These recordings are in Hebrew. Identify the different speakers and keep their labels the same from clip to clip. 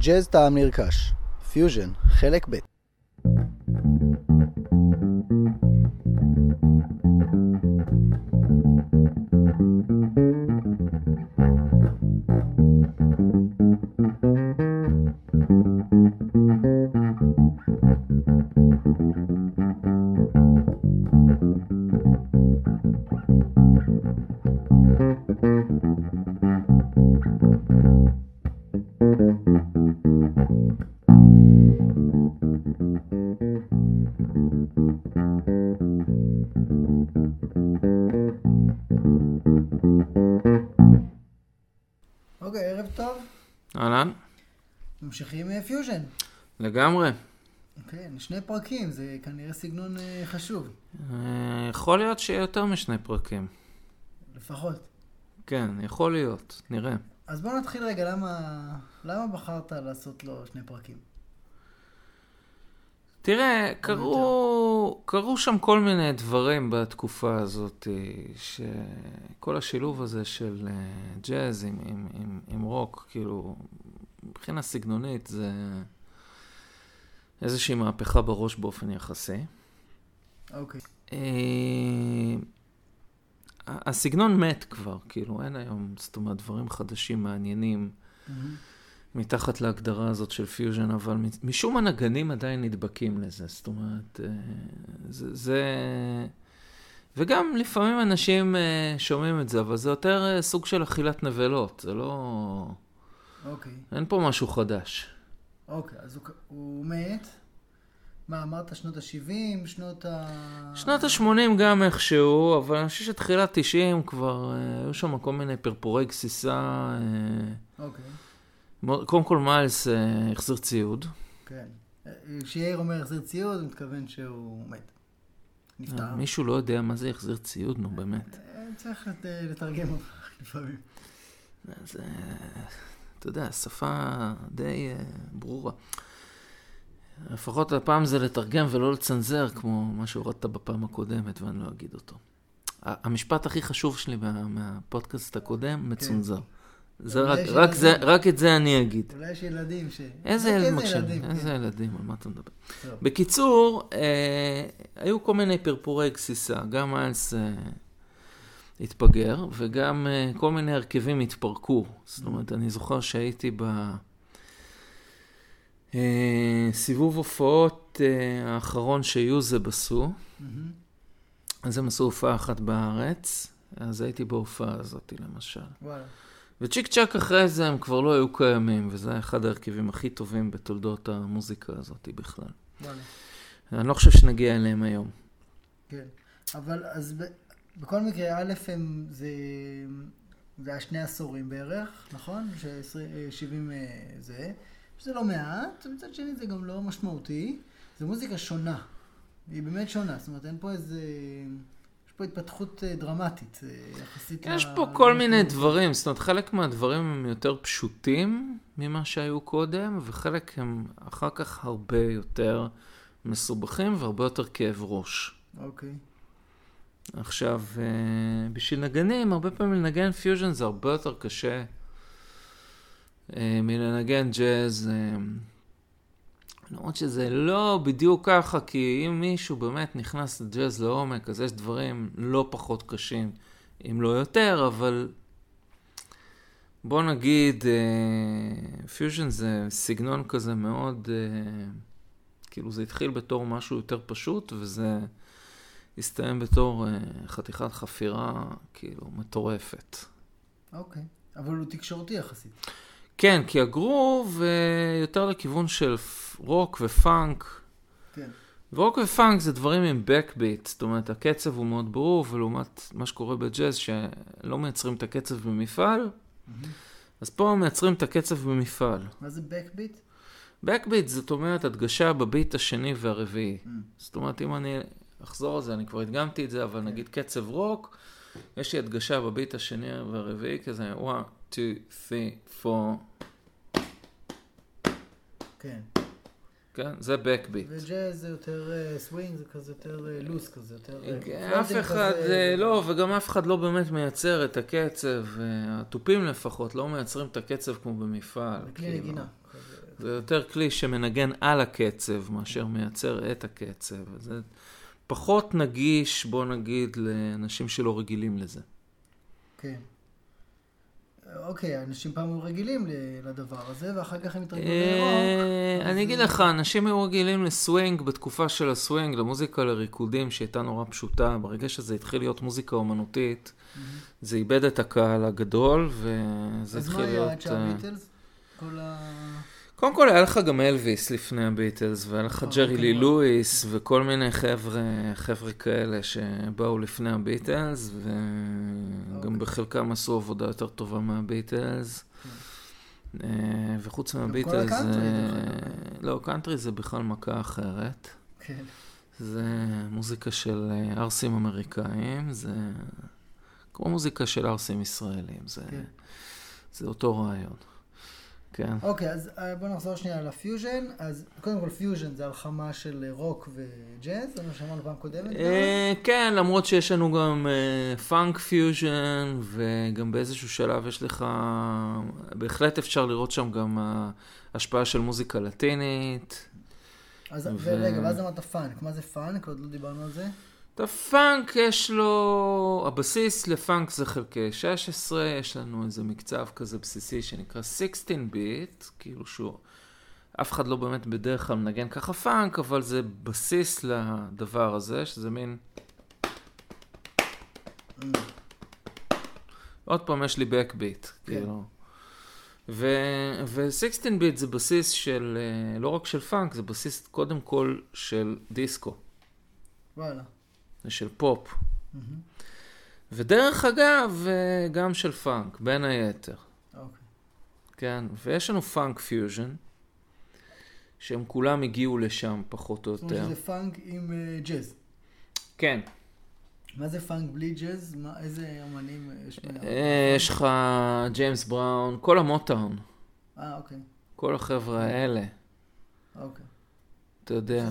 Speaker 1: ג'אז טעם נרכש, פיוז'ן, חלק ב'.
Speaker 2: ממשיכים פיוז'ן.
Speaker 1: לגמרי.
Speaker 2: כן, שני פרקים, זה כנראה סגנון חשוב.
Speaker 1: יכול להיות שיהיה יותר משני פרקים.
Speaker 2: לפחות.
Speaker 1: כן, יכול להיות, נראה.
Speaker 2: אז בוא נתחיל רגע, למה בחרת לעשות לו שני פרקים?
Speaker 1: תראה, קרו שם כל מיני דברים בתקופה הזאת, שכל השילוב הזה של ג'אז עם רוק, כאילו, מבחינה סגנונית זה איזושהי מהפכה בראש באופן יחסי.
Speaker 2: אוקיי.
Speaker 1: הסגנון מת כבר, כאילו, אין היום, זאת אומרת, דברים חדשים מעניינים מתחת להגדרה הזאת של פיוז'ן, אבל משום הנגנים עדיין נדבקים לזה, זאת אומרת, זה... וגם לפעמים אנשים שומעים את זה, אבל זה יותר סוג של אכילת נבלות, זה לא...
Speaker 2: אוקיי.
Speaker 1: אין פה משהו חדש.
Speaker 2: אוקיי, אז הוא מת. מה, אמרת שנות ה-70,
Speaker 1: שנות ה-80 גם איכשהו, אבל אני חושב שתחילת 90 כבר, היו שם כל מיני פרפורי גסיסה.
Speaker 2: אוקיי.
Speaker 1: קודם כל מיילס החזיר ציוד.
Speaker 2: כן. כשיאיר אומר החזיר ציוד, הוא מתכוון שהוא מת. נפטר.
Speaker 1: מישהו לא יודע מה זה החזיר ציוד, נו באמת.
Speaker 2: צריך לתרגם אותך לפעמים.
Speaker 1: אז... אתה יודע, שפה די ברורה. לפחות הפעם זה לתרגם ולא לצנזר, כמו מה שהורדת בפעם הקודמת, ואני לא אגיד אותו. המשפט הכי חשוב שלי מהפודקאסט הקודם, מצונזר. רק את זה אני אגיד.
Speaker 2: אולי יש ילדים ש...
Speaker 1: איזה ילדים, על מה אתה מדבר? בקיצור, היו כל מיני פרפורי גסיסה, גם מיילס... התפגר, וגם כל מיני הרכבים התפרקו. זאת אומרת, אני זוכר שהייתי בסיבוב הופעות האחרון שיוזב עשו. אז הם עשו הופעה אחת בארץ, אז הייתי בהופעה הזאת למשל. וצ'יק צ'ק אחרי זה הם כבר לא היו קיימים, וזה היה אחד ההרכבים הכי טובים בתולדות המוזיקה הזאת בכלל. אני לא חושב שנגיע אליהם היום.
Speaker 2: כן, אבל אז... בכל מקרה, א' זה היה 2 עשורים בערך, נכון? ש-70 זה. שזה לא מעט, מצד שני זה גם לא משמעותי. זו מוזיקה שונה. היא באמת שונה. זאת אומרת, אין פה איזה... יש פה התפתחות דרמטית יחסית.
Speaker 1: יש פה כל מיני דברים. זאת אומרת, חלק מהדברים הם יותר פשוטים ממה שהיו קודם, וחלק הם אחר כך הרבה יותר מסובכים והרבה יותר כאב ראש.
Speaker 2: אוקיי.
Speaker 1: עכשיו, בשביל נגנים, הרבה פעמים לנגן פיוז'ן זה הרבה יותר קשה מלנגן ג'אז. למרות שזה לא בדיוק ככה, כי אם מישהו באמת נכנס לג'אז לעומק, אז יש דברים לא פחות קשים, אם לא יותר, אבל בוא נגיד, פיוז'ן זה סגנון כזה מאוד, כאילו זה התחיל בתור משהו יותר פשוט, וזה... הסתיים בתור חתיכת חפירה, כאילו, מטורפת.
Speaker 2: אוקיי. אבל הוא תקשורתי יחסית.
Speaker 1: כן, כי הגרוב יותר לכיוון של רוק ופאנק.
Speaker 2: כן.
Speaker 1: ורוק ופאנק זה דברים עם בקביט, זאת אומרת, הקצב הוא מאוד ברור, ולעומת מה שקורה בג'אז, שלא מייצרים את הקצב במפעל, אז פה מייצרים את הקצב במפעל.
Speaker 2: מה זה בקביט?
Speaker 1: בקביט זאת אומרת, הדגשה בביט השני והרביעי. זאת אומרת, אם אני... אחזור על זה, אני כבר הדגמתי את זה, אבל נגיד קצב רוק, יש לי הדגשה בביט השני והרביעי, כזה 1, 2, 3, 4.
Speaker 2: כן.
Speaker 1: כן, זה בקביט.
Speaker 2: וג'אז זה יותר סווינג, זה כזה יותר לוס כזה, יותר...
Speaker 1: אף אחד, לא, וגם אף אחד לא באמת מייצר את הקצב, הטופים לפחות לא מייצרים את הקצב כמו במפעל.
Speaker 2: בכלי נגינה.
Speaker 1: זה יותר כלי שמנגן על הקצב, מאשר מייצר את הקצב. זה פחות נגיש, בוא נגיד, לאנשים שלא רגילים לזה.
Speaker 2: כן. אוקיי, אנשים פעם היו רגילים לדבר הזה, ואחר כך הם התרגלו לרוק.
Speaker 1: אני אגיד לך, אנשים היו רגילים לסווינג, בתקופה של הסווינג, למוזיקה לריקודים, שהייתה נורא פשוטה. ברגע שזה התחיל להיות מוזיקה אומנותית, זה איבד את הקהל הגדול, וזה התחיל להיות...
Speaker 2: אז מה היה עד שהביטלס?
Speaker 1: קודם כל היה לך גם אלוויס לפני הביטלס, והיה לך ג'רי לי לואיס, וכל מיני חבר'ה כאלה שבאו לפני הביטלס, וגם בחלקם עשו עבודה יותר טובה מהביטלס. וחוץ מהביטלס... לא, קאנטרי זה בכלל מכה אחרת. זה מוזיקה של ארסים אמריקאים, זה כמו מוזיקה של ארסים ישראלים, זה אותו רעיון. כן.
Speaker 2: אוקיי, אז בוא נחזור שנייה על הפיוז'ן. אז קודם כל פיוז'ן זה הלחמה של רוק וג'אז, זה מה שאמרנו פעם קודמת.
Speaker 1: כן, למרות שיש לנו גם פאנק פיוז'ן, וגם באיזשהו שלב יש לך, בהחלט אפשר לראות שם גם השפעה של מוזיקה לטינית.
Speaker 2: אז רגע, ואז אמרת פאנק. מה זה פאנק? עוד לא דיברנו על זה.
Speaker 1: את הפאנק יש לו, הבסיס לפאנק זה חלקי 16, יש לנו איזה מקצב כזה בסיסי שנקרא 16 ביט, כאילו שהוא, אף אחד לא באמת בדרך כלל מנגן ככה פאנק, אבל זה בסיס לדבר הזה, שזה מין... עוד פעם יש לי בקביט, כאילו. ו-16 ביט זה בסיס של, לא רק של פאנק, זה בסיס קודם כל של דיסקו.
Speaker 2: וואלה.
Speaker 1: של פופ. ודרך אגב, גם של פאנק, בין היתר.
Speaker 2: אוקיי.
Speaker 1: כן, ויש לנו פאנק פיוז'ן, שהם כולם הגיעו לשם פחות או יותר.
Speaker 2: זאת אומרת שזה פאנק עם ג'אז.
Speaker 1: כן.
Speaker 2: מה זה פאנק בלי ג'אז? איזה אמנים יש?
Speaker 1: יש לך ג'יימס בראון, כל המוטאון.
Speaker 2: אוקיי.
Speaker 1: כל החבר'ה האלה.
Speaker 2: אוקיי.
Speaker 1: אתה יודע,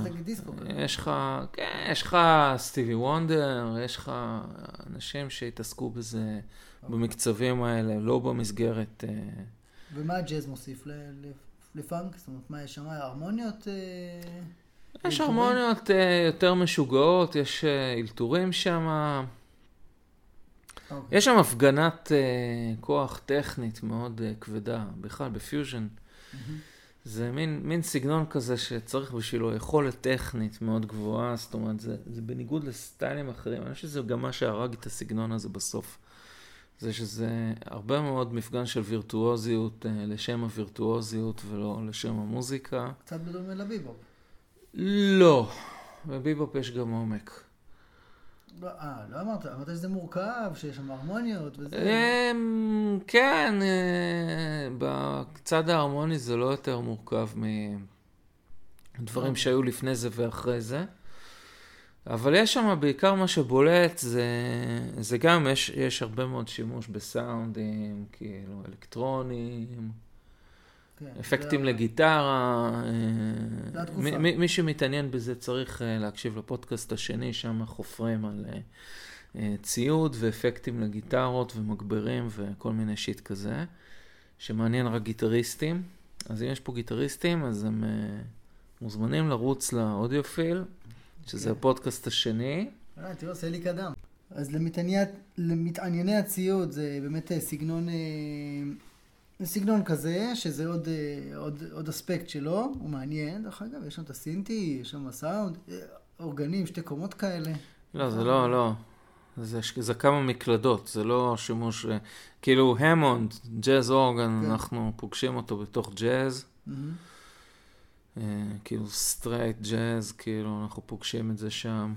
Speaker 1: יש לך סטיבי וונדר, יש לך אנשים שהתעסקו בזה במקצבים האלה, לא במסגרת...
Speaker 2: ומה הג'אז מוסיף לפאנק? זאת אומרת, מה יש שם? הרמוניות?
Speaker 1: יש הרמוניות יותר משוגעות, יש אלתורים שם. יש שם הפגנת כוח טכנית מאוד כבדה, בכלל בפיוז'ן. זה מין סגנון כזה שצריך בשבילו יכולת טכנית מאוד גבוהה, זאת אומרת, זה בניגוד לסטיילים אחרים. אני חושב שזה גם מה שהרג את הסגנון הזה בסוף. זה שזה הרבה מאוד מפגן של וירטואוזיות לשם הווירטואוזיות ולא לשם המוזיקה.
Speaker 2: קצת בדומה לביבופ.
Speaker 1: לא, בביבופ יש גם עומק.
Speaker 2: לא אמרת שזה מורכב, שיש שם הרמוניות וזה.
Speaker 1: כן, בצד ההרמוני זה לא יותר מורכב מדברים שהיו לפני זה ואחרי זה. אבל יש שם בעיקר מה שבולט, זה גם יש הרבה מאוד שימוש בסאונדים, כאילו אלקטרונים, אפקטים לגיטרה. מי שמתעניין בזה צריך להקשיב לפודקאסט השני, שם חופרים על ציוד ואפקטים לגיטרות ומגברים וכל מיני שיט כזה, שמעניין רק גיטריסטים. אז אם יש פה גיטריסטים, אז הם מוזמנים לרוץ לאודיופיל, שזה הפודקאסט השני.
Speaker 2: תראו, עושה לי קדם. אז למתענייני הציוד זה באמת סגנון כזה, שזה עוד אספקט שלו, הוא מעניין, דרך אגב, יש שם את הסינטי, יש שם הסאונד, אורגנים, שתי קומות כאלה.
Speaker 1: לא, זה לא. זה כמה מקלדות, זה לא שימוש, כאילו המונד, ג'אז אורגן, אנחנו פוגשים אותו בתוך ג'אז, כאילו סטרייט ג'אז, כאילו אנחנו פוגשים את זה שם,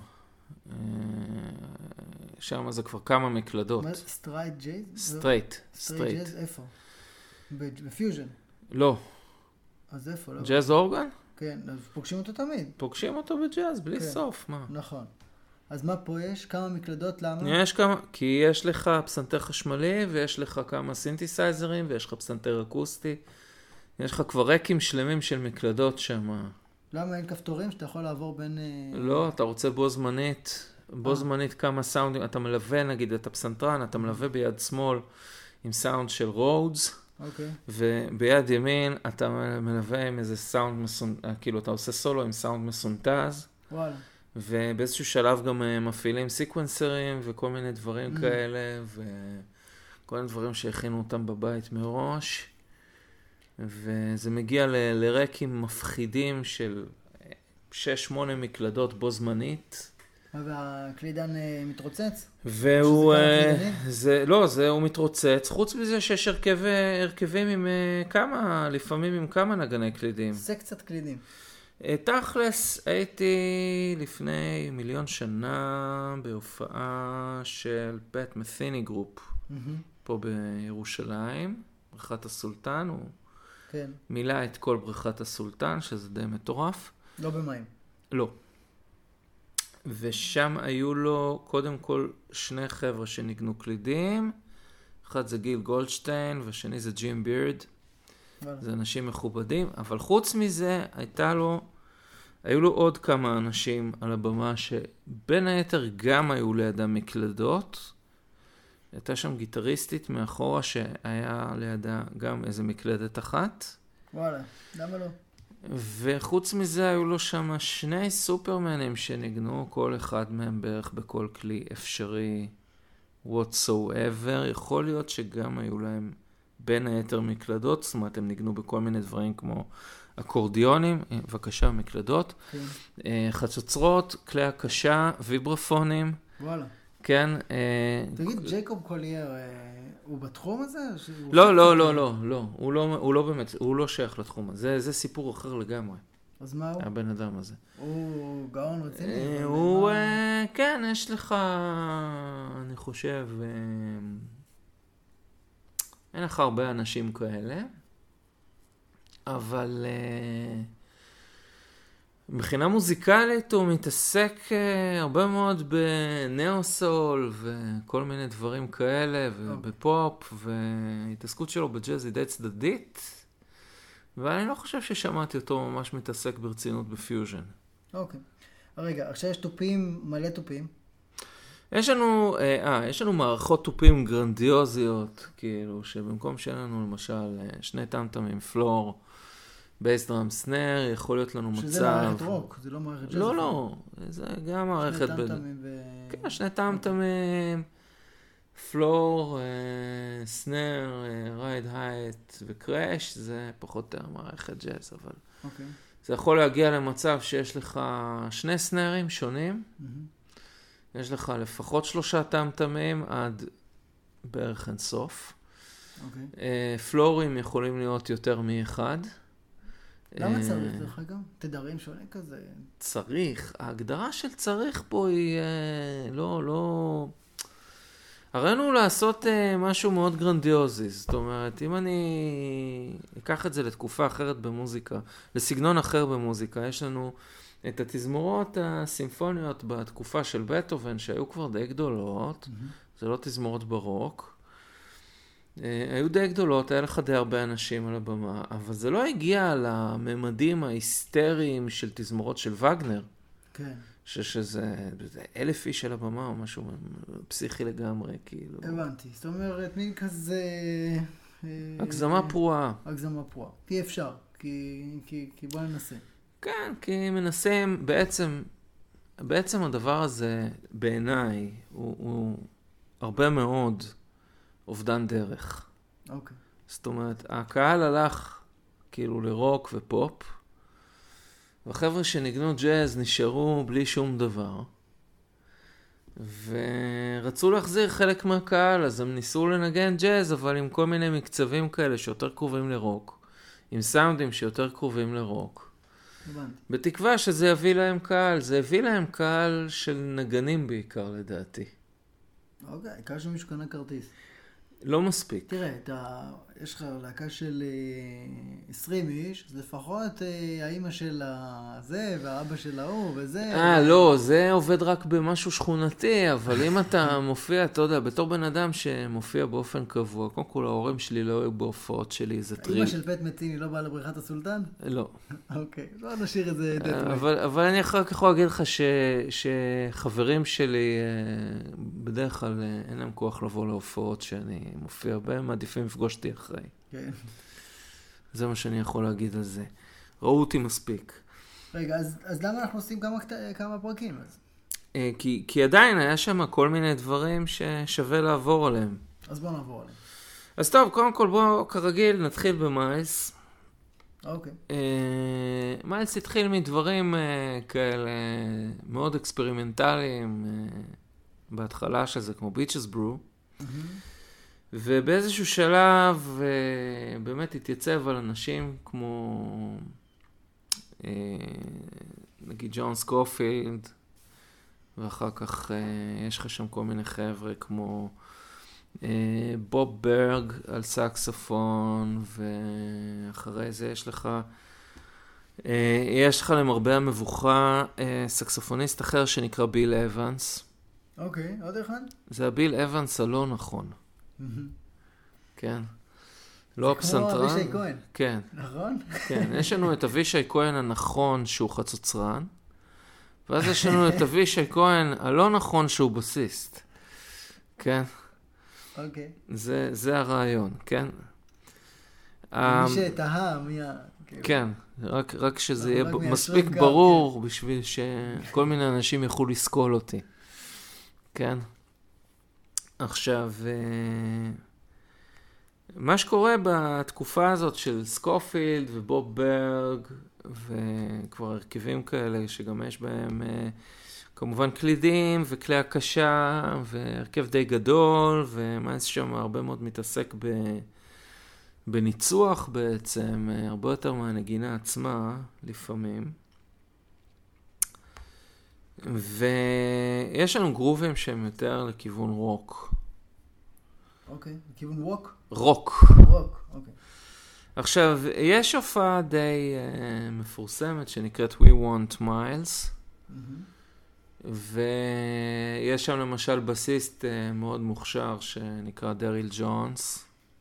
Speaker 1: שם זה כבר כמה מקלדות.
Speaker 2: מה זה סטרייט ג'אז?
Speaker 1: סטרייט.
Speaker 2: סטרייט ג'אז איפה? בפיוז'ן?
Speaker 1: לא.
Speaker 2: אז איפה?
Speaker 1: ג'אז אורגן?
Speaker 2: כן, אז פוגשים אותו תמיד.
Speaker 1: פוגשים אותו בג'אז, בלי סוף, מה?
Speaker 2: נכון. אז מה פה יש? כמה מקלדות? למה?
Speaker 1: יש כמה, כי יש לך פסנתר חשמלי, ויש לך כמה סינתסייזרים, ויש לך פסנתר אקוסטי. יש לך כבר רקים שלמים של מקלדות שם.
Speaker 2: למה אין כפתורים שאתה יכול לעבור בין...
Speaker 1: לא, אתה רוצה בו זמנית כמה סאונדים. אתה מלווה, נגיד, את הפסנתרן, אתה מלווה ביד שמאל עם סאונד של רודס,
Speaker 2: אוקיי.
Speaker 1: וביד ימין אתה מלווה עם איזה סאונד כאילו אתה עושה סולו עם סאונד מסונטז.
Speaker 2: וואלה.
Speaker 1: ובאיזשהו שלב גם מפעילים סיקוונסרים וכל מיני דברים כאלה, וכל מיני דברים שהכינו אותם בבית מראש. וזה מגיע לרקים מפחידים של 6-8 מקלדות בו זמנית.
Speaker 2: והקלידן מתרוצץ?
Speaker 1: והוא, הוא מתרוצץ. חוץ מזה שיש הרכבים עם כמה, לפעמים עם כמה נגני קלידים.
Speaker 2: זה קצת קלידים.
Speaker 1: תכלס, הייתי לפני 1,000,000 שנה בהופעה של פט מת'יני גרופ, פה בירושלים, בריכת הסולטן, הוא מילא את כל בריכת הסולטן, שזה די מטורף.
Speaker 2: לא במים.
Speaker 1: לא. ושם היו לו קודם כל 2 חבר'ה שניגנו קלידים, אחד זה גיל גולדשטיין והשני זה ג'ים בירד. זה אנשים מכובדים, אבל חוץ מזה היו לו עוד כמה אנשים על הבמה שבין היתר גם היו לידם מקלדות. הייתה שם גיטריסטית מאחורה שהיה לידה גם איזה מקלדת אחת.
Speaker 2: וואלה, למה לא?
Speaker 1: וחוץ מזה היו לו שם 2 סופרמנים שניגנו, כל אחד מהם בערך בכל כלי אפשרי whatsoever. יכול להיות שגם היו להם בין היתר מקלדות, זאת אומרת, הם ניגנו בכל מיני דברים כמו אקורדיונים, בבקשה, מקלדות, חצוצרות, כלי הקשה, ויברפונים.
Speaker 2: וואלה.
Speaker 1: כן.
Speaker 2: תגיד, ג'ייקוב קולייר, הוא בתחום הזה?
Speaker 1: לא, הוא לא באמת, הוא לא שייך לתחום הזה, זה סיפור אחר לגמרי.
Speaker 2: אז מה הוא?
Speaker 1: הבן אדם הזה.
Speaker 2: הוא גאון רציני.
Speaker 1: הוא, כן, יש לך, אני חושב, אין לך הרבה אנשים כאלה, אבל מבחינה מוזיקלית הוא מתעסק הרבה מאוד בנאו-סול וכל מיני דברים כאלה, ובפופ, וההתעסקות שלו בג'אז היא די צדדית, ואני לא חושב ששמעתי אותו ממש מתעסק ברצינות בפיוז'ן.
Speaker 2: אוקיי. רגע, עכשיו יש טופים, מלא טופים.
Speaker 1: יש לנו מערכות טופים גרנדיוזיות, כאילו, שבמקום שאין לנו למשל 2 טמטמים, פלור, בייס דראם סנר, יכול להיות לנו מצב...
Speaker 2: שזה מערכת רוק, זה לא מערכת ג'אז.
Speaker 1: לא, זה גם מערכת...
Speaker 2: 2 טמטמים
Speaker 1: כן, 2 טמטמים, פלור, סנר, רייד הייט וקראש, זה פחות או יותר מערכת ג'אז, אבל...
Speaker 2: אוקיי.
Speaker 1: זה יכול להגיע למצב שיש לך 2 סנרים שונים, יש לך לפחות 3 טמטמים עד בערך אינסוף. פלורים יכולים להיות יותר מאחד.
Speaker 2: למה צריך דרך אגב? תדרים שונים כזה?
Speaker 1: צריך. ההגדרה של צריך פה היא לא... הראינו הוא לעשות משהו מאוד גרנדיוזי. זאת אומרת, אם אני אקח את זה לתקופה אחרת במוזיקה, לסגנון אחר במוזיקה, יש לנו... את התזמורות הסימפוניות בתקופה של בטהובן, שהיו כבר די גדולות, זה לא תזמורות ברוק, היו די גדולות, היה לך די הרבה אנשים על הבמה, אבל זה לא הגיע לממדים ההיסטריים של תזמורות של וגנר,
Speaker 2: כן.
Speaker 1: שזה 1,000 איש על הבמה או משהו פסיכי לגמרי, כאילו.
Speaker 2: הבנתי, זאת אומרת, מין כזה...
Speaker 1: הגזמה פרועה.
Speaker 2: הגזמה פרועה, כי אפשר, כי בוא ננסה.
Speaker 1: כן, כי מנסים, בעצם הדבר הזה בעיניי הוא הרבה מאוד אובדן דרך.
Speaker 2: אוקיי.
Speaker 1: זאת אומרת, הקהל הלך כאילו לרוק ופופ, והחבר'ה שניגנו ג'אז נשארו בלי שום דבר, ורצו להחזיר חלק מהקהל, אז הם ניסו לנגן ג'אז, אבל עם כל מיני מקצבים כאלה שיותר קרובים לרוק, עם סאונדים שיותר קרובים לרוק. בתקווה שזה יביא להם קהל, זה הביא להם קהל של נגנים בעיקר לדעתי.
Speaker 2: אוקיי, קהל שמישהו קנה כרטיס.
Speaker 1: לא מספיק.
Speaker 2: תראה, יש לך להקה של 20 איש, אז לפחות האמא של הזה והאבא של ההוא וזה.
Speaker 1: לא, זה עובד רק במשהו שכונתי, אבל אם אתה מופיע, אתה יודע, בתור בן אדם שמופיע באופן קבוע, קודם כל ההורים שלי לא היו בהופעות שלי, זה טריל.
Speaker 2: האמא של פט מת'יני לא באה לבריכת הסולטן?
Speaker 1: לא.
Speaker 2: אוקיי, לא נשאיר את זה.
Speaker 1: אבל אני אחר כך יכול להגיד לך שחברים שלי בדרך כלל אין להם כוח לבוא להופעות שאני מופיע בהם, מעדיפים לפגוש אותי אחרי.
Speaker 2: כן.
Speaker 1: זה מה שאני יכול להגיד על זה. ראו אותי מספיק.
Speaker 2: רגע, אז למה אנחנו עושים כמה פרקים? אז?
Speaker 1: כי עדיין היה שם כל מיני דברים ששווה לעבור עליהם.
Speaker 2: אז בואו נעבור עליהם.
Speaker 1: אז טוב, קודם כל בואו כרגיל נתחיל במיילס.
Speaker 2: אוקיי.
Speaker 1: מיילס התחיל מדברים כאלה מאוד אקספרימנטליים בהתחלה שזה כמו ביצ'ס ברו. ובאיזשהו שלב באמת התייצב על אנשים כמו נגיד ג'ון סקופילד, ואחר כך יש לך שם כל מיני חבר'ה כמו בוב ברג על סקסופון, ואחרי זה יש לך למרבה המבוכה סקסופוניסט אחר שנקרא ביל אבנס.
Speaker 2: אוקיי, עוד אחד? זה
Speaker 1: הביל אבנס הלא נכון. כן. לא הפסנתרן.
Speaker 2: כמו אבישי כהן.
Speaker 1: כן.
Speaker 2: נכון?
Speaker 1: כן, יש לנו את אבישי כהן הנכון שהוא חצוצרן, ואז יש לנו את אבישי כהן הלא נכון שהוא בסיסט. כן?
Speaker 2: אוקיי.
Speaker 1: זה הרעיון, כן?
Speaker 2: מי שתהה,
Speaker 1: כן, רק שזה יהיה מספיק ברור בשביל שכל מיני אנשים יוכלו לסקול אותי. כן? עכשיו, מה שקורה בתקופה הזאת של סקופילד ובוב ברג, וכבר הרכבים כאלה שגם יש בהם כמובן קלידים וכלי הקשה, והרכב די גדול, ומה שם הרבה מאוד מתעסק בניצוח בעצם, הרבה יותר מהנגינה עצמה לפעמים. ויש לנו גרובים שהם יותר לכיוון רוק.
Speaker 2: אוקיי, לכיוון ווק?
Speaker 1: רוק.
Speaker 2: רוק, אוקיי.
Speaker 1: עכשיו, יש הופעה די מפורסמת שנקראת We Want Miles, ויש שם למשל בסיסט מאוד מוכשר שנקרא דריל ג'ונס.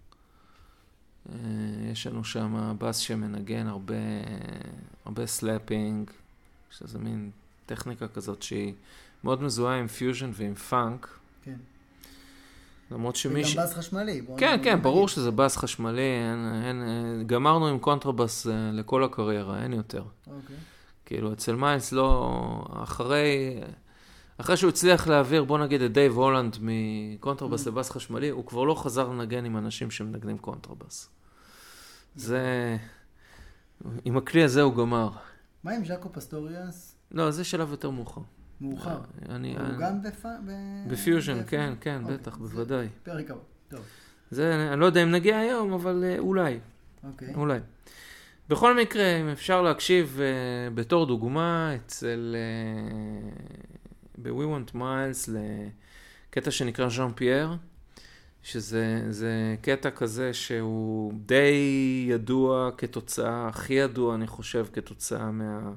Speaker 1: יש לנו שם בס שמנגן הרבה סלאפינג, שזה מין טכניקה כזאת שהיא מאוד מזוהה עם פיוז'ן ועם פאנק. כן. למרות
Speaker 2: וגם בס חשמלי.
Speaker 1: כן, כן, ברור שזה בס חשמלי. גמרנו עם קונטרבס לכל הקריירה, אין יותר.
Speaker 2: אוקיי.
Speaker 1: כאילו, אצל מיילס לא... אחרי שהוא הצליח להעביר, בוא נגיד, את דייב הולנד מקונטרבס לבס חשמלי, הוא כבר לא חזר לנגן עם אנשים שמנגנים קונטרבס. זה... עם הכלי הזה הוא גמר.
Speaker 2: מה עם ז'אקו פסטוריאס?
Speaker 1: לא, זה שלב יותר מאוחר.
Speaker 2: מאוחר. הוא גם
Speaker 1: בפיוז'ן, כן, כן, בטח, בוודאי.
Speaker 2: פרק הבא, טוב.
Speaker 1: זה, אני לא יודע אם נגיע היום, אבל אולי.
Speaker 2: אוקיי.
Speaker 1: אולי. בכל מקרה, אם אפשר להקשיב בתור דוגמה אצל... ב-We Want Miles לקטע שנקרא ז'אן פייר, שזה קטע כזה שהוא די ידוע כתוצאה, הכי ידוע אני חושב כתוצאה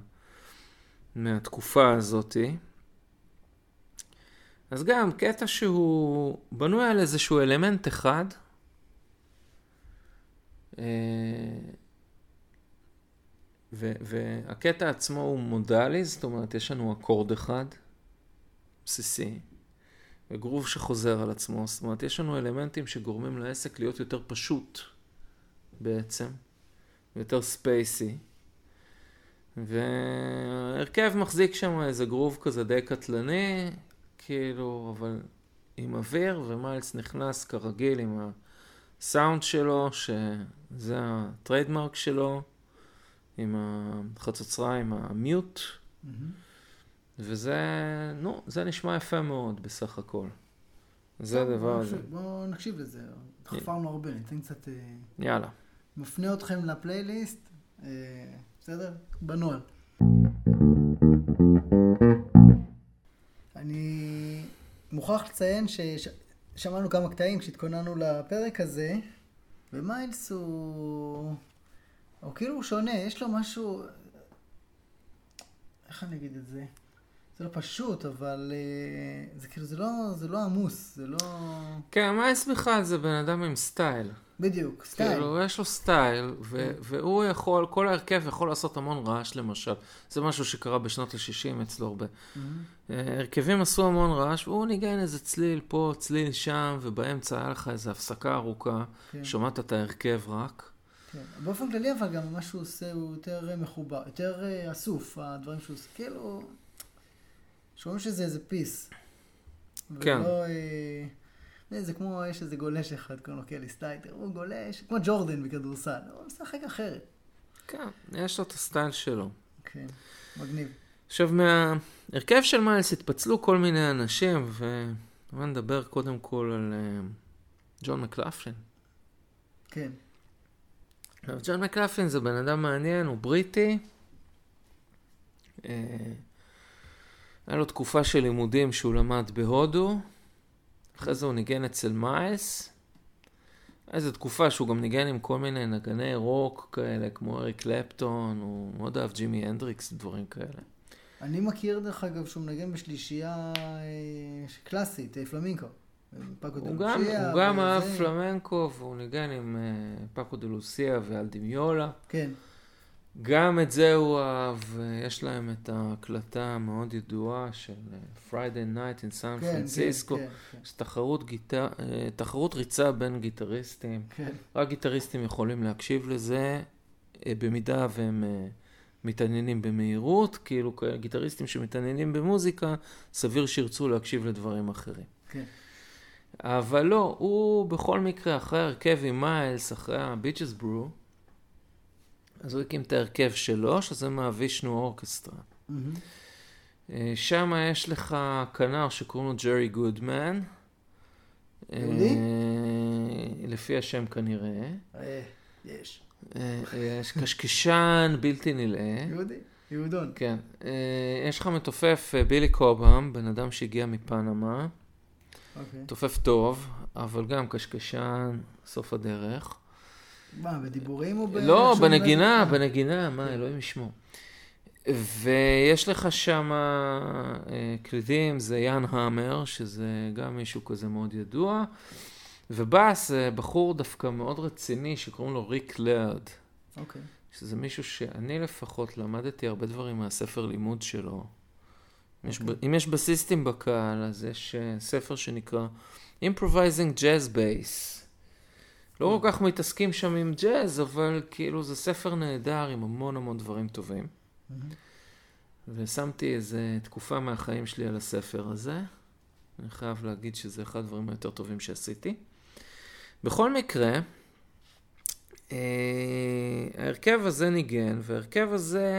Speaker 1: מהתקופה הזאת. אז גם קטע שהוא בנוי על איזשהו אלמנט אחד, והקטע עצמו הוא מודלי, זאת אומרת יש לנו אקורד אחד, בסיסי, וגרוב שחוזר על עצמו, זאת אומרת יש לנו אלמנטים שגורמים לעסק להיות יותר פשוט בעצם, ויותר ספייסי, והרכב מחזיק שם איזה גרוב כזה די קטלני, כאילו, אבל עם אוויר, ומיילס נכנס כרגיל עם הסאונד שלו, שזה הטריידמרק שלו, עם החצוצרה, עם המיוט, וזה, נו, זה נשמע יפה מאוד בסך הכל. זה הדבר הזה.
Speaker 2: בואו נקשיב לזה, חפרנו הרבה, ניתן קצת...
Speaker 1: יאללה.
Speaker 2: מפנה אתכם לפלייליסט, בסדר? בנועל. אני מוכרח לציין ששמענו כמה קטעים כשהתכוננו לפרק הזה, ומיילס הוא כאילו הוא שונה, יש לו משהו, איך אני אגיד את זה? זה לא פשוט, אבל זה כאילו, זה לא עמוס, זה לא...
Speaker 1: כן, מיילס בכלל זה בן אדם עם סטייל.
Speaker 2: בדיוק, סטייל.
Speaker 1: כאילו, יש לו סטייל, והוא יכול, כל ההרכב יכול לעשות המון רעש למשל. זה משהו שקרה בשנות ה-60 אצלו הרבה. הרכבים עשו המון רעש, והוא ניגן איזה צליל פה, צליל שם, ובאמצע היה לך איזו הפסקה ארוכה, שמעת את ההרכב רק.
Speaker 2: כן. באופן כללי, אבל גם מה שהוא עושה הוא יותר מחובר, יותר אסוף, הדברים שהוא עושה. כאילו, שומעים שזה איזה פיס.
Speaker 1: כן.
Speaker 2: ולא... זה כמו, יש איזה גולש אחד, קוראים לו קלי סלייטר, הוא גולש, כמו ג'ורדן בכדורסל, הוא משחק אחרת.
Speaker 1: כן, יש לו את הסטייל שלו.
Speaker 2: כן, מגניב.
Speaker 1: עכשיו, מהרכב של מיילס התפצלו כל מיני אנשים, ונדבר קודם כל על ג'ון מקלפלין.
Speaker 2: כן.
Speaker 1: ג'ון מקלפלין זה בן אדם מעניין, הוא בריטי. היה לו תקופה של לימודים שהוא למד בהודו. אחרי זה הוא ניגן אצל מיילס. איזו תקופה שהוא גם ניגן עם כל מיני נגני רוק כאלה, כמו אריק קלפטון, הוא מאוד אהב ג'ימי הנדריקס, דברים כאלה.
Speaker 2: אני מכיר דרך אגב שהוא מנגן בשלישייה קלאסית, פלמינקו.
Speaker 1: הוא גם אהב פלמנקו, והוא ניגן עם פאקו דה לוסיה ואלדימיולה.
Speaker 2: כן.
Speaker 1: גם את זה הוא אהב, יש להם את ההקלטה המאוד ידועה של Friday Night in San Francisco, יש תחרות ריצה בין גיטריסטים, רק גיטריסטים יכולים להקשיב לזה, במידה והם מתעניינים במהירות, כאילו גיטריסטים שמתעניינים במוזיקה, סביר שירצו להקשיב לדברים אחרים.
Speaker 2: כן.
Speaker 1: אבל לא, הוא בכל מקרה, אחרי הרכב עם מיילס, אחרי הביצ'ס ברו, אז הוא הקים את ההרכב שלו, שזה מהווישנו אורקסטרה. שם יש לך כנר שקוראים לו ג'רי גודמן. לפי השם כנראה.
Speaker 2: יש.
Speaker 1: יש קשקשן בלתי נלאה.
Speaker 2: יהודון.
Speaker 1: כן. יש לך מתופף בילי קובהאם, בן אדם שהגיע מפנמה. מתופף טוב, אבל גם קשקשן סוף הדרך.
Speaker 2: מה, בדיבורים או
Speaker 1: לא, בנגינה, מה, אלוהים ישמור. ויש לך שם קלידים, זה יאן המר, שזה גם מישהו כזה מאוד ידוע, ובאס, בחור דווקא מאוד רציני, שקוראים לו ריק לארד.
Speaker 2: אוקיי.
Speaker 1: שזה מישהו שאני לפחות למדתי הרבה דברים מהספר לימוד שלו. אם יש בסיסטים בקהל, אז יש ספר שנקרא Improvising Jazz Bass. לא כל כך מתעסקים שם עם ג'אז, אבל כאילו זה ספר נהדר עם המון המון דברים טובים. ושמתי איזה תקופה מהחיים שלי על הספר הזה. אני חייב להגיד שזה אחד הדברים היותר טובים שעשיתי. בכל מקרה, ההרכב הזה ניגן, וההרכב הזה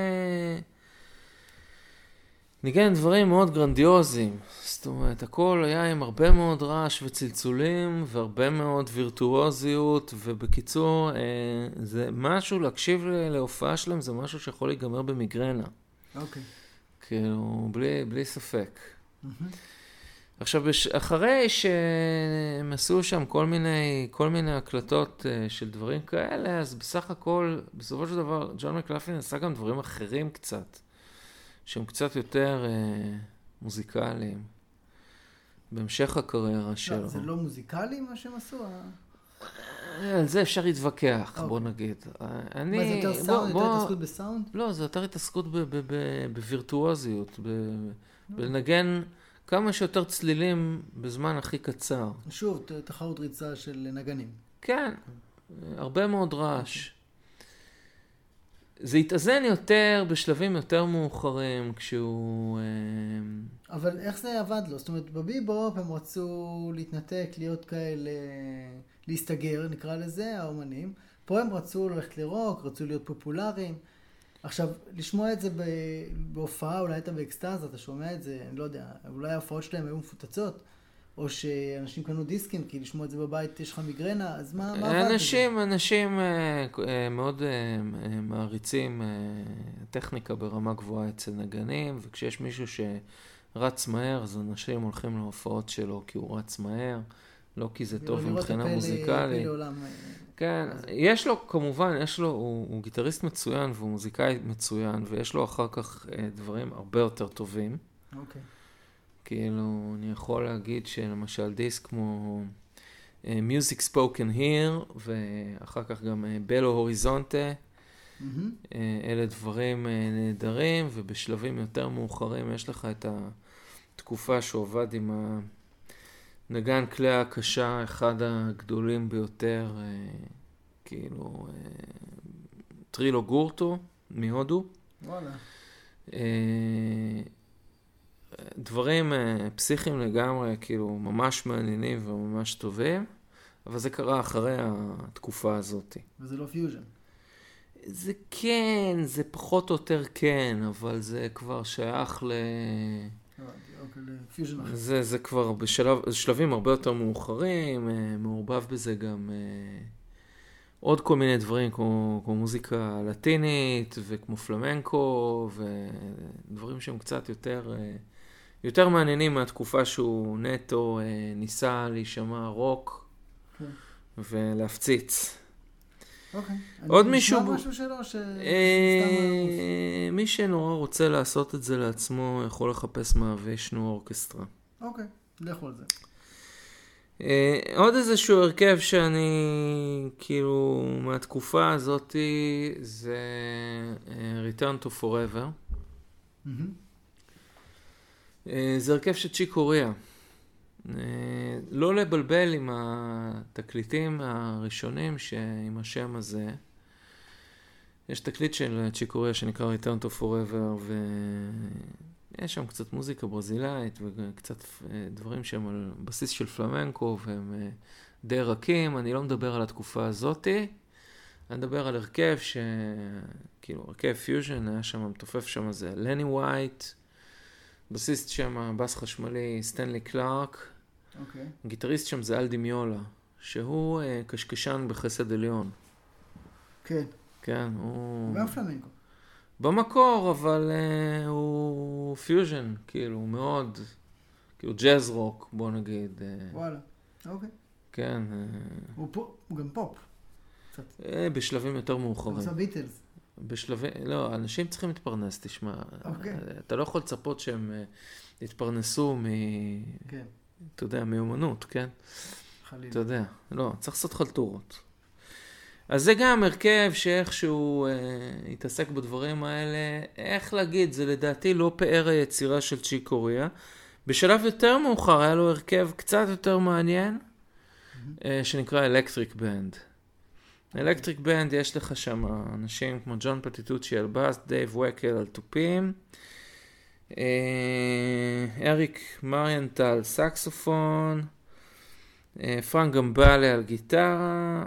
Speaker 1: ניגן דברים מאוד גרנדיוזיים. זאת אומרת, הכל היה עם הרבה מאוד רעש וצלצולים, והרבה מאוד וירטואוזיות, ובקיצור, זה משהו, להקשיב להופעה שלהם, זה משהו שיכול להיגמר במיגרנה.
Speaker 2: אוקיי.
Speaker 1: כאילו, בלי ספק. עכשיו, אחרי שהם עשו שם כל מיני הקלטות של דברים כאלה, אז בסך הכל, בסופו של דבר, ג'ון מקלפלין עשה גם דברים אחרים קצת, שהם קצת יותר מוזיקליים, בהמשך הקריירה שלו.
Speaker 2: זה לא מוזיקלי מה שהם עשו?
Speaker 1: על זה אפשר להתווכח, בוא נגיד.
Speaker 2: מה, זה יותר סאונד, יותר התעסקות בסאונד?
Speaker 1: לא, זה יותר התעסקות בווירטואוזיות, בלנגן כמה שיותר צלילים בזמן הכי קצר.
Speaker 2: שוב, תחרות ריצה של נגנים.
Speaker 1: כן, הרבה מאוד רעש. זה התאזן יותר בשלבים יותר מאוחרים, כשהוא...
Speaker 2: אבל איך זה עבד לו? זאת אומרת, בביבופ הם רצו להתנתק, להיות כאלה, להסתגר, נקרא לזה, האומנים. פה הם רצו ללכת לרוק, רצו להיות פופולריים. עכשיו, לשמוע את זה בהופעה, אולי אתה באקסטאז, אתה שומע את זה, אני לא יודע, אולי ההופעות שלהם היו מפוצצות, או שאנשים קנו דיסקים, כי לשמוע את זה בבית יש לך מיגרנה, אז מה עבד בזה?
Speaker 1: אנשים מאוד מעריצים טכניקה ברמה גבוהה אצל נגנים, וכשיש מישהו שרץ מהר, אז אנשים הולכים להופעות שלו כי הוא רץ מהר, לא כי זה טוב מבחינה מוזיקלית. כן, יש לו, כמובן, הוא גיטריסט מצוין והוא מוזיקאי מצוין, ויש לו אחר כך דברים הרבה יותר טובים.
Speaker 2: אוקיי.
Speaker 1: כאילו, אני יכול להגיד שלמשל דיסק כמו Music Spoken Here, ואחר כך גם בלו הוריזונטה, אלה דברים נהדרים, ובשלבים יותר מאוחרים יש לך את התקופה שעובד עם נגן כלי הקשה, אחד הגדולים ביותר, כאילו, טרילו גורטו, מהודו.
Speaker 2: וואלה.
Speaker 1: דברים פסיכיים לגמרי, כאילו, ממש מעניינים וממש טובים, אבל זה קרה אחרי התקופה הזאת.
Speaker 2: וזה לא פיוז'ן.
Speaker 1: זה כן, זה פחות או יותר כן, אבל זה כבר שייך
Speaker 2: פיוז'ן אחר.
Speaker 1: זה כבר בשלבים הרבה יותר מאוחרים, מעורבב בזה גם עוד כל מיני דברים, כמו מוזיקה לטינית, וכמו פלמנקו, ודברים שהם קצת יותר מעניינים מהתקופה שהוא נטו ניסה להישמע רוק, ולהפציץ.
Speaker 2: אוקיי.
Speaker 1: עוד מישהו...
Speaker 2: נשמע משהו שלו
Speaker 1: מי שנורא רוצה לעשות את זה לעצמו, יכול לחפש מהווישנו אורקסטרה.
Speaker 2: אוקיי, לכו על זה.
Speaker 1: עוד איזשהו הרכב שאני, כאילו, מהתקופה הזאת, זה Return to Forever. זה הרכב של צ'יק קוריאה. לא לבלבל עם התקליטים הראשונים עם השם הזה. יש תקליט של צ'יק קוריאה שנקרא Return to Forever, ויש שם קצת מוזיקה ברזילאית וקצת דברים שהם על בסיס של פלמנקו, והם די רכים. אני לא מדבר על התקופה הזאת, אני מדבר על הרכב כאילו הרכב פיוז'ן, היה שם מתופף שם זה לני ווייט, בסיסט שם הבאס חשמלי סטנלי קלארק, גיטריסט שם זה אלדי מיולה, שהוא קשקשן בחסד עליון.
Speaker 2: כן.
Speaker 1: כן, הוא...
Speaker 2: גם פלמנקו.
Speaker 1: במקור, אבל הוא פיוז'ן, כאילו, מאוד, כאילו ג'אז רוק, בוא נגיד.
Speaker 2: וואלה, אוקיי.
Speaker 1: כן.
Speaker 2: הוא גם פופ.
Speaker 1: בשלבים יותר מאוחרים.
Speaker 2: הוא עושה ביטלס.
Speaker 1: בשלבים, לא, אנשים צריכים להתפרנס, תשמע.
Speaker 2: אוקיי.
Speaker 1: אתה לא יכול לצפות שהם יתפרנסו
Speaker 2: כן.
Speaker 1: אתה יודע, מיומנות, כן?
Speaker 2: חלילה.
Speaker 1: אתה יודע, לא, צריך לעשות חלטורות. אז זה גם הרכב שאיכשהו התעסק בדברים האלה, איך להגיד, זה לדעתי לא פאר היצירה של צ'יק קוריאה. בשלב יותר מאוחר היה לו הרכב קצת יותר מעניין, שנקרא אלקטריק בנד. אלקטריק בנד יש לך שם אנשים כמו ג'ון פטיטוצ'י על בס, דייב וקל על תופים, אריק מריאנטל סקסופון, פרנק גמבלה על גיטרה.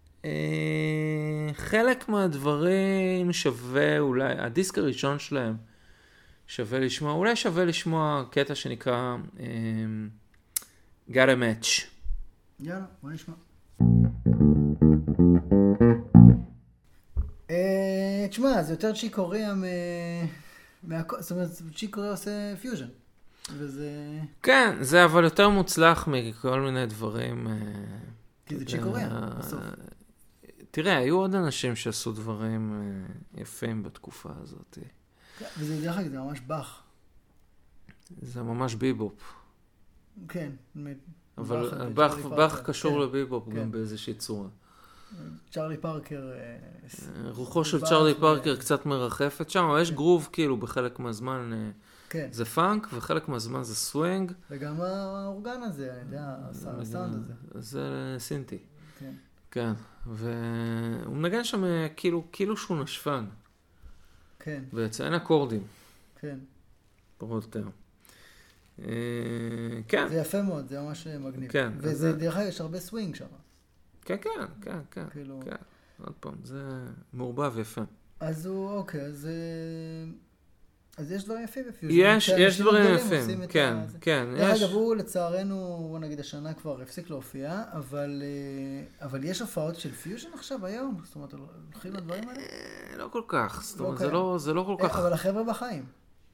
Speaker 1: חלק מהדברים שווה אולי, הדיסק הראשון שלהם שווה לשמוע, אולי שווה לשמוע קטע שנקרא Got a Match.
Speaker 2: יאללה, בוא נשמע. תשמע, זה יותר צ'יק קוריאה זאת אומרת, צ'יק קוריאה עושה פיוז'ן. וזה...
Speaker 1: כן, זה אבל יותר מוצלח מכל מיני דברים.
Speaker 2: כי זה צ'יק קוריאה, בסוף.
Speaker 1: תראה, היו עוד אנשים שעשו דברים יפים בתקופה הזאת.
Speaker 2: וזה דרך אגב, זה ממש באך.
Speaker 1: זה ממש ביבופ.
Speaker 2: כן.
Speaker 1: אבל באך קשור לביבופ גם באיזושהי צורה.
Speaker 2: צ'רלי פארקר...
Speaker 1: רוחו של צ'רלי פארקר קצת מרחפת שם, אבל יש גרוב כאילו בחלק מהזמן זה פאנק, וחלק מהזמן זה סווינג.
Speaker 2: וגם האורגן הזה, אני יודע, הסאונד הזה.
Speaker 1: זה סינטי.
Speaker 2: כן.
Speaker 1: כן, והוא מנגן שם כאילו שהוא נשפן.
Speaker 2: כן.
Speaker 1: בעצם אין אקורדים.
Speaker 2: כן.
Speaker 1: פחות יותר. כן.
Speaker 2: זה יפה מאוד, זה ממש מגניב.
Speaker 1: כן.
Speaker 2: וזה דרך אגב, יש הרבה סווינג שם.
Speaker 1: כן, כן, כן, כן.
Speaker 2: כאילו...
Speaker 1: כן. עוד פעם, זה מעורבב יפה.
Speaker 2: אז הוא, אוקיי, אז יש דברים יפים בפיוז'ן.
Speaker 1: יש דברים יפים, כן, כן.
Speaker 2: דרך אגב, הוא לצערנו, בוא נגיד השנה כבר הפסיק להופיע, אבל יש הופעות של פיוז'ן עכשיו היום? זאת אומרת, הולכים לדברים האלה?
Speaker 1: לא כל כך, זאת אומרת, זה לא כל כך...
Speaker 2: אבל החבר'ה בחיים.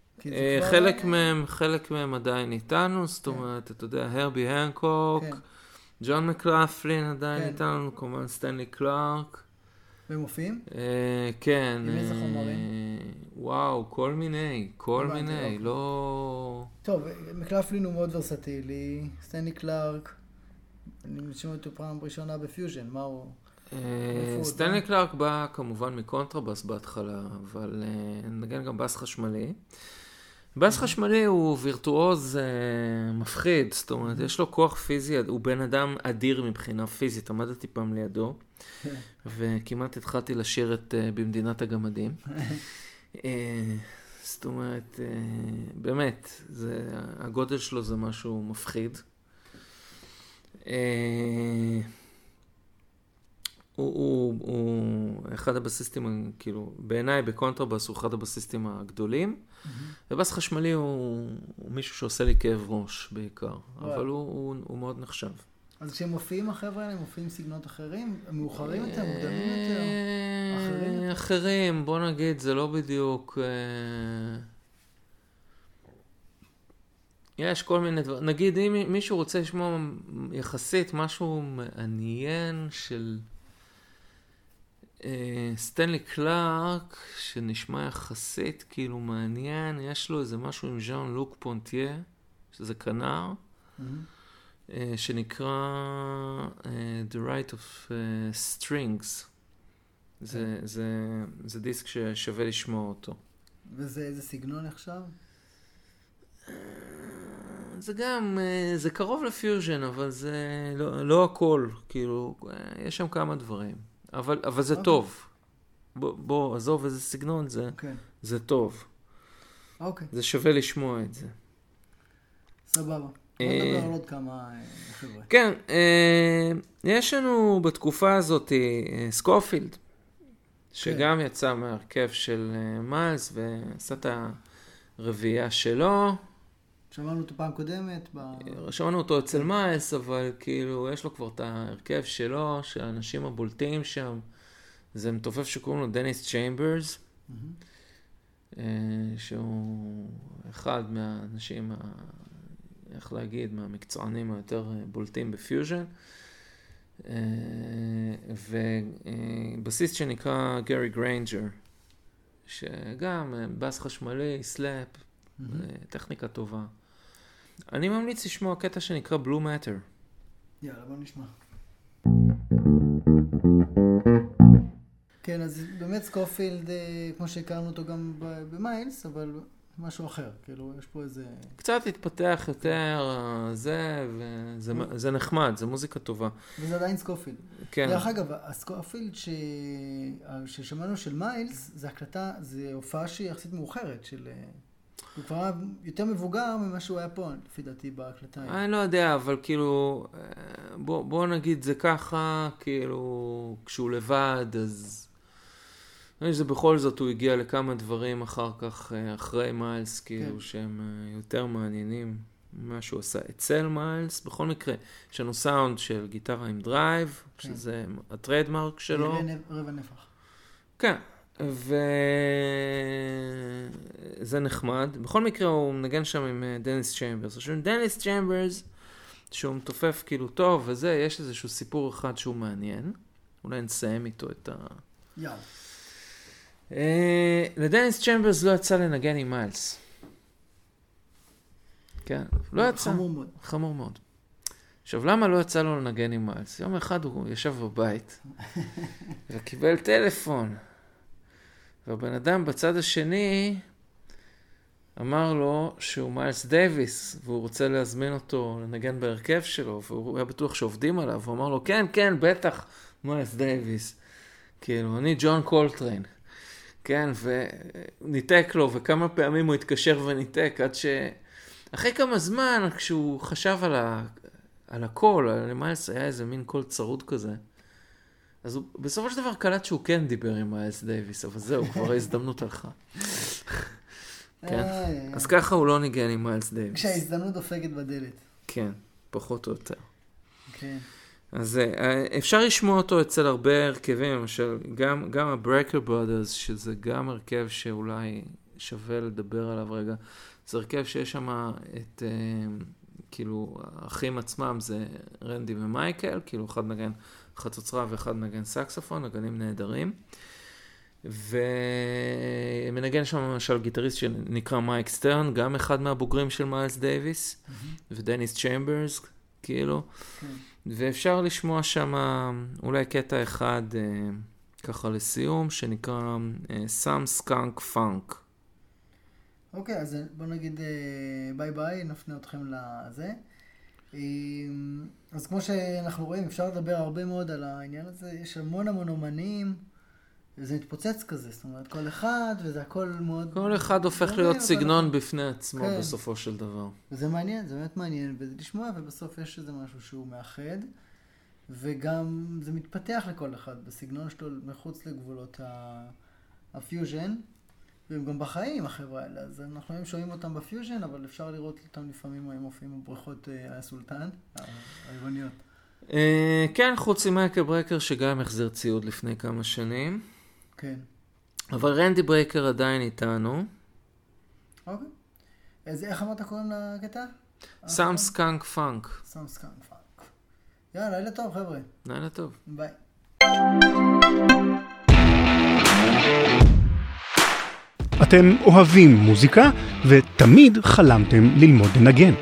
Speaker 1: חלק מהם עדיין איתנו, זאת אומרת, אתה יודע, הרבי הנקוק, ג'ון מקלפלין עדיין איתנו, כמובן סטנלי קלארק.
Speaker 2: והם מופיעים?
Speaker 1: כן.
Speaker 2: עם איזה חומרים?
Speaker 1: וואו, כל מיני, לא...
Speaker 2: טוב, מקלפלין הוא מאוד ורסטילי, סטנלי קלארק, אני משמע אותו פעם ראשונה בפיוז'ן, מה הוא?
Speaker 1: סטנלי קלארק בא כמובן מקונטרבאס בהתחלה, אבל נגן גם בס חשמלי. בס חשמלי הוא וירטואוז מפחיד, זאת אומרת, יש לו כוח פיזי, הוא בן אדם אדיר מבחינה פיזית, עמדתי פעם לידו, וכמעט התחלתי לשיר את במדינת הגמדים. זאת אומרת, באמת, הגודל שלו זה משהו מפחיד. הוא אחד הבסיסטים, כאילו, בעיניי בקונטרבאס הוא אחד הבסיסטים הגדולים, ובס חשמלי הוא מישהו שעושה לי כאב ראש בעיקר, אבל הוא מאוד נחשב.
Speaker 2: אז כשהם מופיעים החבר'ה האלה, הם מופיעים סגנונות אחרים? הם מאוחרים יותר, מוקדמים יותר? אחרים?
Speaker 1: אחרים, בוא נגיד, זה לא בדיוק... יש כל מיני דברים. נגיד, אם מישהו רוצה לשמוע יחסית משהו מעניין של סטנלי קלארק, שנשמע יחסית כאילו מעניין, יש לו איזה משהו עם ז'אן לוק פונטייה, שזה כנר, שנקרא The Right of Strings. זה דיסק ששווה לשמוע אותו.
Speaker 2: וזה איזה סגנון עכשיו?
Speaker 1: זה גם, זה קרוב לפיוז'ן, אבל זה לא הכל, כאילו, יש שם כמה דברים. אבל זה טוב. בוא, עזוב איזה סגנון, זה טוב. זה שווה לשמוע את זה.
Speaker 2: סבבה. בוא נדבר על עוד כמה חבר'ה.
Speaker 1: כן, יש לנו בתקופה הזאת סקופילד, שגם יצא מהרכב של מיילס, ועשה את הרביעייה שלו.
Speaker 2: שמענו אותו פעם קודמת.
Speaker 1: שמענו אותו אצל מיילס, אבל כאילו יש לו כבר את ההרכב שלו, שהאנשים הבולטים שם, זה מתופף שקוראים לו דניס צ'יימברס, שהוא אחד מהאנשים, איך להגיד, מהמקצוענים היותר בולטים בפיוז'ן, ובסיסט שנקרא גרי גריינג'ר, שגם בס חשמלי, סלאפ, טכניקה טובה. אני ממליץ לשמוע קטע שנקרא Blue Matter.
Speaker 2: יאללה, בוא נשמע. כן, אז באמת סקופילד, כמו שהכרנו אותו גם במיילס, אבל משהו אחר. כאילו, יש פה איזה...
Speaker 1: קצת התפתח יותר, וזה נחמד, זה מוזיקה טובה.
Speaker 2: וזה עדיין סקופילד.
Speaker 1: כן.
Speaker 2: דרך אגב, הסקופילד ששמענו של מיילס, זה הקלטה, זה הופעה שהיא יחסית מאוחרת של... הוא כבר יותר מבוגר ממה שהוא היה פה, לפי דעתי, בהקלטה.
Speaker 1: אני לא יודע, אבל כאילו, בוא נגיד זה ככה, כאילו, כשהוא לבד, אז... אני חושב שבכל זאת הוא הגיע לכמה דברים אחר כך, אחרי מיילס, כאילו, שהם יותר מעניינים ממה שהוא עשה אצל מיילס. בכל מקרה, יש לנו סאונד של גיטרה עם דרייב, שזה הטריידמרק שלו.
Speaker 2: רבע נפח.
Speaker 1: כן. וזה נחמד. בכל מקרה הוא מנגן שם עם דניס צ'יימברס. עכשיו דניס צ'יימברס, שהוא מתופף כאילו טוב וזה, יש איזשהו סיפור אחד שהוא מעניין. אולי נסיים איתו את ה...
Speaker 2: יאללה.
Speaker 1: לדניס צ'יימברס לא יצא לנגן עם מיילס. כן, לא יצא.
Speaker 2: חמור מאוד.
Speaker 1: חמור מאוד. עכשיו, למה לא יצא לו לנגן עם מיילס? יום אחד הוא ישב בבית וקיבל טלפון. והבן אדם בצד השני אמר לו שהוא מיילס דייביס, והוא רוצה להזמין אותו לנגן בהרכב שלו, והוא היה בטוח שעובדים עליו, הוא אמר לו, כן, כן, בטח, מיילס דייביס. כאילו, אני ג'ון קולטריין. כן, וניתק לו, וכמה פעמים הוא התקשר וניתק, עד שאחרי כמה זמן, כשהוא חשב על הקול, למיילס היה איזה מין קול צרוד כזה, אז הוא בסופו של דבר קלט שהוא כן דיבר עם מיילס דייביס, אבל זהו, כבר ההזדמנות הלכה. כן? אז ככה הוא לא ניגן עם מיילס דייביס.
Speaker 2: כשההזדמנות דופקת בדלת.
Speaker 1: כן, פחות או יותר.
Speaker 2: כן.
Speaker 1: אז אפשר לשמוע אותו אצל הרבה הרכבים, למשל, גם ה-Breaker Brothers, שזה גם הרכב שאולי שווה לדבר עליו רגע. זה הרכב שיש שם את, כאילו, האחים עצמם זה רנדי ומייקל, כאילו אחד נגן חצוצרה ואחד נגן סקסופון, נגנים נהדרים. ומנגן שם למשל גיטריסט שנקרא מייק סטרן, גם אחד מהבוגרים של מיילס דייביס, ודניס צ'יימברס, כאילו. ואפשר לשמוע שם אולי קטע אחד ככה לסיום, שנקרא Some Skunk Funk.
Speaker 2: אוקיי, אז בוא נגיד ביי ביי, נפנה אתכם לזה. אז כמו שאנחנו רואים, אפשר לדבר הרבה מאוד על העניין הזה, יש המון אומנים, וזה מתפוצץ כזה, זאת אומרת, כל אחד, וזה הכל מאוד...
Speaker 1: כל אחד הופך להיות סגנון בפני עצמו בסופו של דבר.
Speaker 2: וזה מעניין, זה באמת מעניין, וזה לשמוע, ובסוף יש איזה משהו שהוא מאחד, וגם זה מתפתח לכל אחד, בסגנון שלו מחוץ לגבולות הפיוז'ן, והם גם בחיים, החברה האלה, אז אנחנו היום שומעים אותם בפיוז'ן, אבל אפשר לראות אותם לפעמים, הם מופיעים בבריכות הסולטן, העירוניות.
Speaker 1: כן, חוץ ממייקל ברקר, שגם החזיר ציוד לפני כמה שנים.
Speaker 2: כן.
Speaker 1: אבל רנדי ברקר עדיין איתנו.
Speaker 2: אוקיי. אז איך אמרת קוראים לקטע?
Speaker 1: Some Skunk Funk.
Speaker 2: Some Skunk Funk. יאללה, לילה טוב, חבר'ה.
Speaker 1: לילה טוב.
Speaker 2: ביי.
Speaker 3: אתם אוהבים מוזיקה ותמיד חלמתם ללמוד לנגן.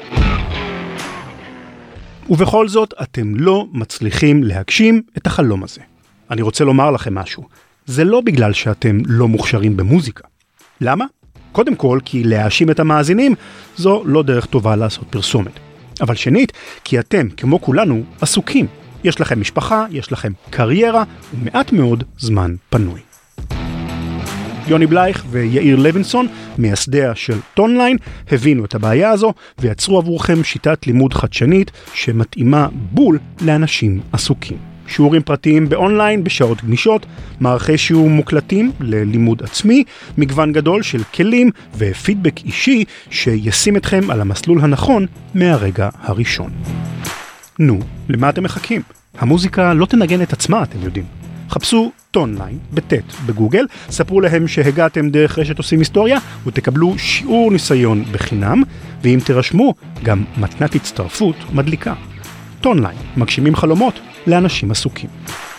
Speaker 3: ובכל זאת אתם לא מצליחים להגשים את החלום הזה. אני רוצה לומר לכם משהו. זה לא בגלל שאתם לא מוכשרים במוזיקה. למה? קודם כל, כי להאשים את המאזינים זו לא דרך טובה לעשות פרסומת. אבל שנית, כי אתם, כמו כולנו, עסוקים. יש לכם משפחה, יש לכם קריירה ומעט מאוד זמן פנוי. יוני בלייך ויאיר לוינסון, מייסדיה של טונליין, הבינו את הבעיה הזו ויצרו עבורכם שיטת לימוד חדשנית שמתאימה בול לאנשים עסוקים. שיעורים פרטיים באונליין בשעות גמישות, מערכי שיעור מוקלטים ללימוד עצמי, מגוון גדול של כלים ופידבק אישי שישים אתכם על המסלול הנכון מהרגע הראשון. נו, למה אתם מחכים? המוזיקה לא תנגן את עצמה, אתם יודעים. חפשו טונליין בטט בגוגל, ספרו להם שהגעתם דרך רשת עושים היסטוריה ותקבלו שיעור ניסיון בחינם, ואם תרשמו גם מתנת הצטרפות מדליקה. טונליין, מגשימים חלומות לאנשים עסוקים.